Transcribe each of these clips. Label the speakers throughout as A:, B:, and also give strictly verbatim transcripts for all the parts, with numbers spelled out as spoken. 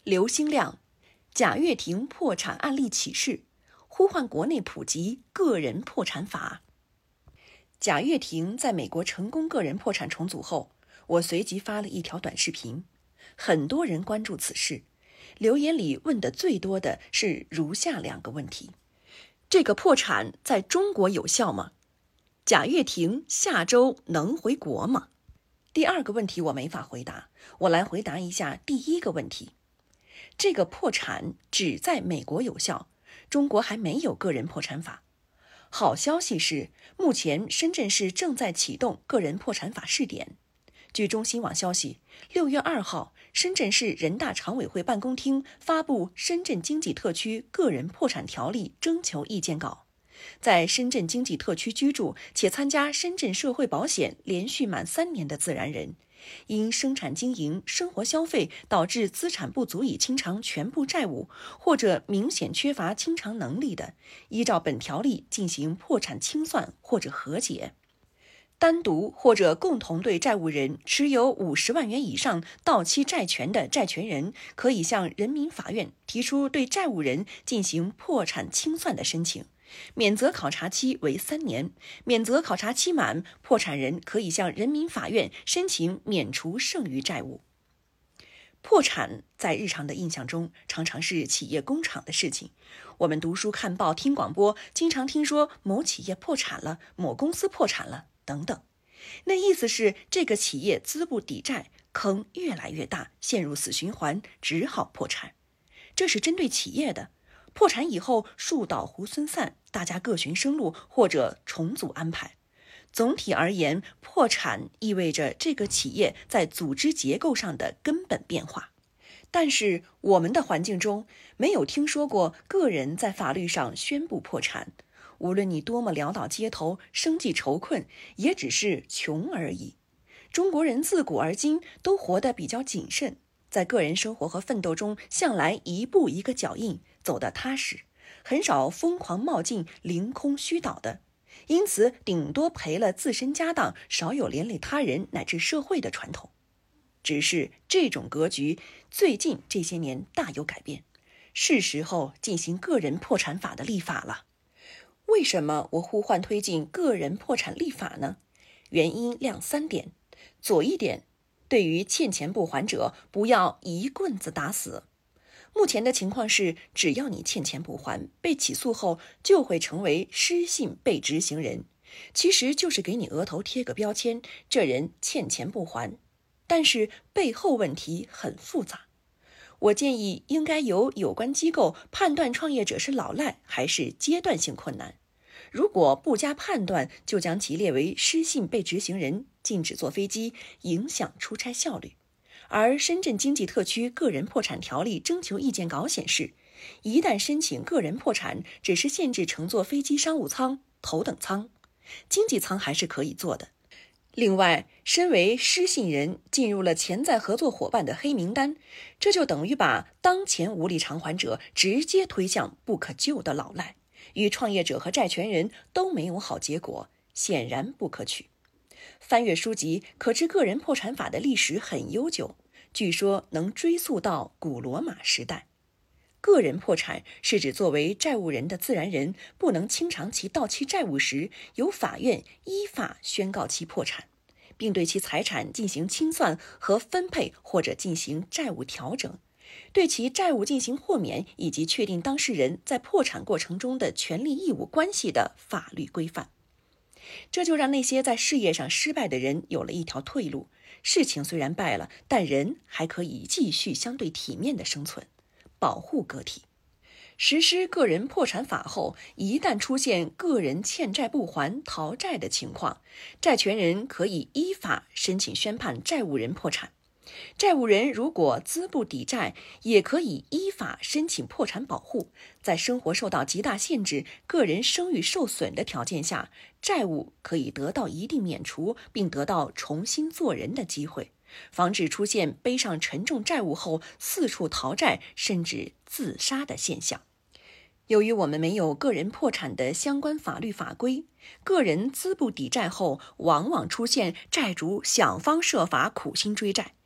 A: 刘兴亮，贾跃亭破产案例启示，呼唤国内普及个人破产法。贾跃亭在美国成功个人破产重组后，我随即发了一条短视频，很多人关注此事，留言里问的最多的是如下两个问题：这个破产在中国有效吗？贾跃亭下周能回国吗？第二个问题我没法回答，我来回答一下第一个问题。这个破产只在美国有效，中国还没有个人破产法。好消息是，目前深圳市正在启动个人破产法试点。据中新网消息，六月二号，深圳市人大常委会办公厅发布《深圳经济特区个人破产条例》征求意见稿。在深圳经济特区居住且参加深圳社会保险连续满三年的自然人，因生产经营、生活消费导致资产不足以清偿全部债务，或者明显缺乏清偿能力的，依照本条例进行破产清算或者和解。单独或者共同对债务人持有五十万元以上到期债权的债权人，可以向人民法院提出对债务人进行破产清算的申请。免责考察期为三年，免责考察期满，破产人可以向人民法院申请免除剩余债务。破产在日常的印象中常常是企业工厂的事情，我们读书看报听广播，经常听说某企业破产了，某公司破产了等等。那意思是这个企业资不抵债，坑越来越大，陷入死循环，只好破产。这是针对企业的。破产以后树倒猢狲散，大家各寻生路或者重组安排。总体而言，破产意味着这个企业在组织结构上的根本变化。但是我们的环境中没有听说过个人在法律上宣布破产，无论你多么潦倒街头，生计愁困，也只是穷而已。中国人自古而今都活得比较谨慎，在个人生活和奋斗中向来一步一个脚印，走得踏实，很少疯狂冒进、凌空虚倒的，因此顶多赔了自身家当，少有连累他人乃至社会的传统。只是这种格局最近这些年大有改变，是时候进行个人破产法的立法了。为什么我呼唤推进个人破产立法呢？原因亮三点。左一点，对于欠钱不还者，不要一棍子打死。目前的情况是，只要你欠钱不还，被起诉后就会成为失信被执行人，其实就是给你额头贴个标签，这人欠钱不还。但是背后问题很复杂，我建议应该由有关机构判断创业者是老赖还是阶段性困难。如果不加判断，就将其列为失信被执行人，禁止坐飞机，影响出差效率。而深圳经济特区个人破产条例征求意见稿显示，一旦申请个人破产，只是限制乘坐飞机商务舱、头等舱，经济舱还是可以坐的。另外，身为失信人进入了潜在合作伙伴的黑名单，这就等于把当前无力偿还者直接推向不可救的老赖，与创业者和债权人都没有好结果，显然不可取。翻阅书籍，可知个人破产法的历史很悠久，据说能追溯到古罗马时代。个人破产是指作为债务人的自然人不能清偿其到期债务时，由法院依法宣告其破产，并对其财产进行清算和分配，或者进行债务调整，对其债务进行豁免，以及确定当事人在破产过程中的权利义务关系的法律规范。这就让那些在事业上失败的人有了一条退路，事情虽然败了，但人还可以继续相对体面的生存，保护个体。实施个人破产法后，一旦出现个人欠债不还、逃债的情况，债权人可以依法申请宣判债务人破产。债务人如果资不抵债，也可以依法申请破产保护。在生活受到极大限制、个人声誉受损的条件下，债务可以得到一定免除，并得到重新做人的机会，防止出现背上沉重债务后四处逃债甚至自杀的现象。由于我们没有个人破产的相关法律法规，个人资不抵债后，往往出现债主想方设法苦心追债，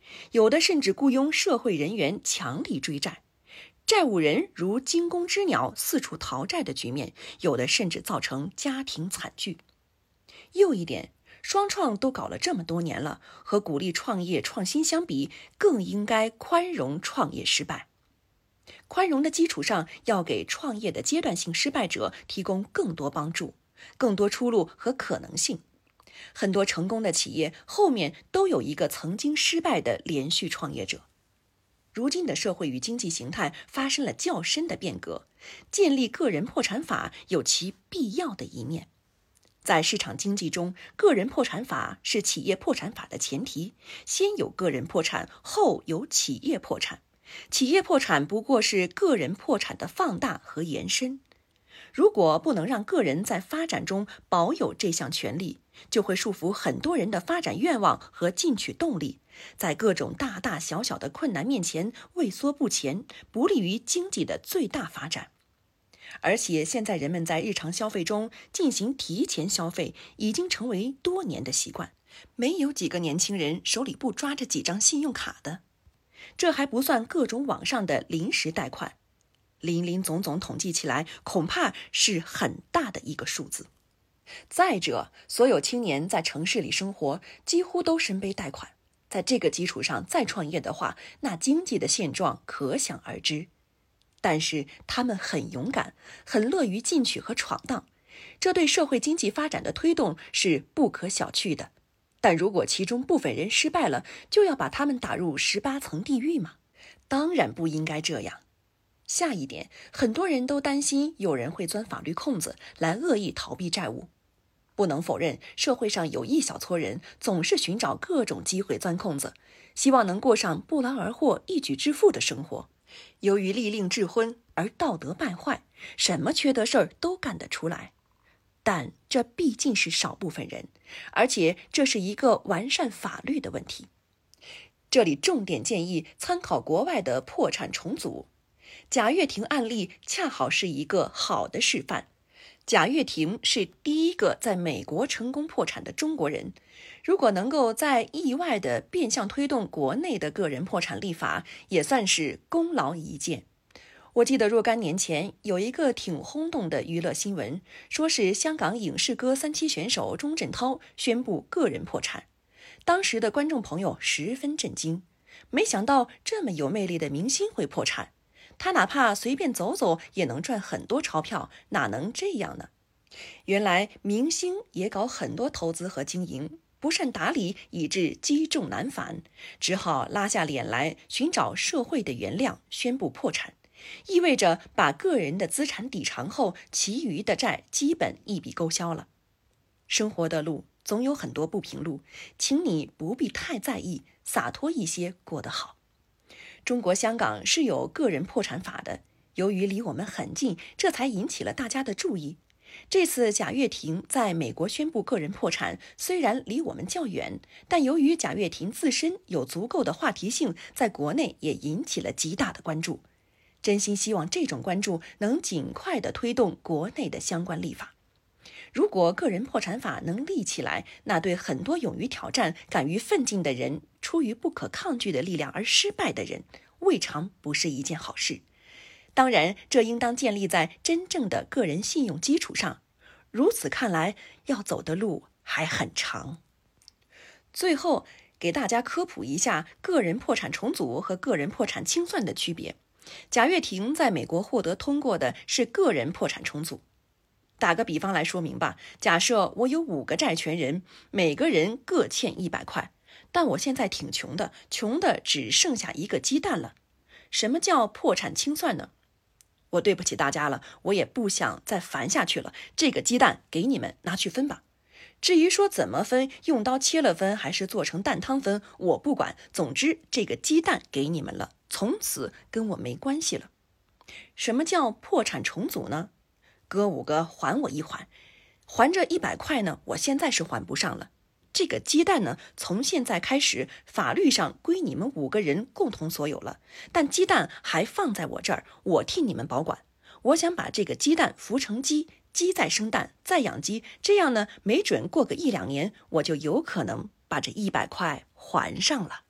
A: 有的甚至雇佣社会人员强力追债，债务人如惊弓之鸟四处逃债的局面，有的甚至造成家庭惨剧。又一点，双创都搞了这么多年了，和鼓励创业创新相比，更应该宽容创业失败。宽容的基础上，要给创业的阶段性失败者提供更多帮助，更多出路和可能性。很多成功的企业后面都有一个曾经失败的连续创业者。如今的社会与经济形态发生了较深的变革，建立个人破产法有其必要的一面。在市场经济中，个人破产法是企业破产法的前提，先有个人破产，后有企业破产。企业破产不过是个人破产的放大和延伸。如果不能让个人在发展中保有这项权利，就会束缚很多人的发展愿望和进取动力，在各种大大小小的困难面前畏缩不前，不利于经济的最大发展。而且现在人们在日常消费中进行提前消费，已经成为多年的习惯，没有几个年轻人手里不抓着几张信用卡的。这还不算各种网上的临时贷款，林林总总统计起来，恐怕是很大的一个数字。再者，所有青年在城市里生活，几乎都身背贷款，在这个基础上再创业的话，那经济的现状可想而知。但是他们很勇敢，很乐于进取和闯荡，这对社会经济发展的推动是不可小觑的。但如果其中部分人失败了，就要把他们打入十八层地狱吗？当然不应该这样。下一点，很多人都担心有人会钻法律空子来恶意逃避债务。不能否认，社会上有一小撮人总是寻找各种机会钻空子，希望能过上不劳而获、一举致富的生活。由于利令智昏而道德败坏，什么缺德事儿都干得出来。但这毕竟是少部分人，而且这是一个完善法律的问题。这里重点建议参考国外的破产重组。贾跃亭案例恰好是一个好的示范。贾跃亭是第一个在美国成功破产的中国人，如果能够在意外的变相推动国内的个人破产立法，也算是功劳一件。我记得若干年前有一个挺轰动的娱乐新闻，说是香港影视歌三栖选手钟镇涛宣布个人破产。当时的观众朋友十分震惊，没想到这么有魅力的明星会破产，他哪怕随便走走也能赚很多钞票，哪能这样呢？原来明星也搞很多投资和经营，不善打理以致积重难返，只好拉下脸来寻找社会的原谅，宣布破产，意味着把个人的资产抵偿后，其余的债基本一笔勾销了。生活的路总有很多不平路，请你不必太在意，洒脱一些过得好。中国香港是有个人破产法的，由于离我们很近，这才引起了大家的注意。这次贾跃亭在美国宣布个人破产，虽然离我们较远，但由于贾跃亭自身有足够的话题性，在国内也引起了极大的关注。真心希望这种关注能尽快地推动国内的相关立法。如果个人破产法能立起来，那对很多勇于挑战、敢于奋进的人，出于不可抗拒的力量而失败的人，未尝不是一件好事。当然，这应当建立在真正的个人信用基础上。如此看来，要走的路还很长。最后，给大家科普一下个人破产重组和个人破产清算的区别。贾跃亭在美国获得通过的是个人破产重组。打个比方来说明吧，假设我有五个债权人，每个人各欠一百块，但我现在挺穷的，穷的只剩下一个鸡蛋了。什么叫破产清算呢？我对不起大家了，我也不想再烦下去了，这个鸡蛋给你们拿去分吧。至于说怎么分，用刀切了分还是做成蛋汤分，我不管，总之这个鸡蛋给你们了，从此跟我没关系了。什么叫破产重组呢？哥五个还我一还，还这一百块呢，我现在是还不上了。这个鸡蛋呢，从现在开始，法律上归你们五个人共同所有了，但鸡蛋还放在我这儿，我替你们保管。我想把这个鸡蛋孵成鸡，鸡再生蛋，再养鸡，这样呢，没准过个一两年，我就有可能把这一百块还上了。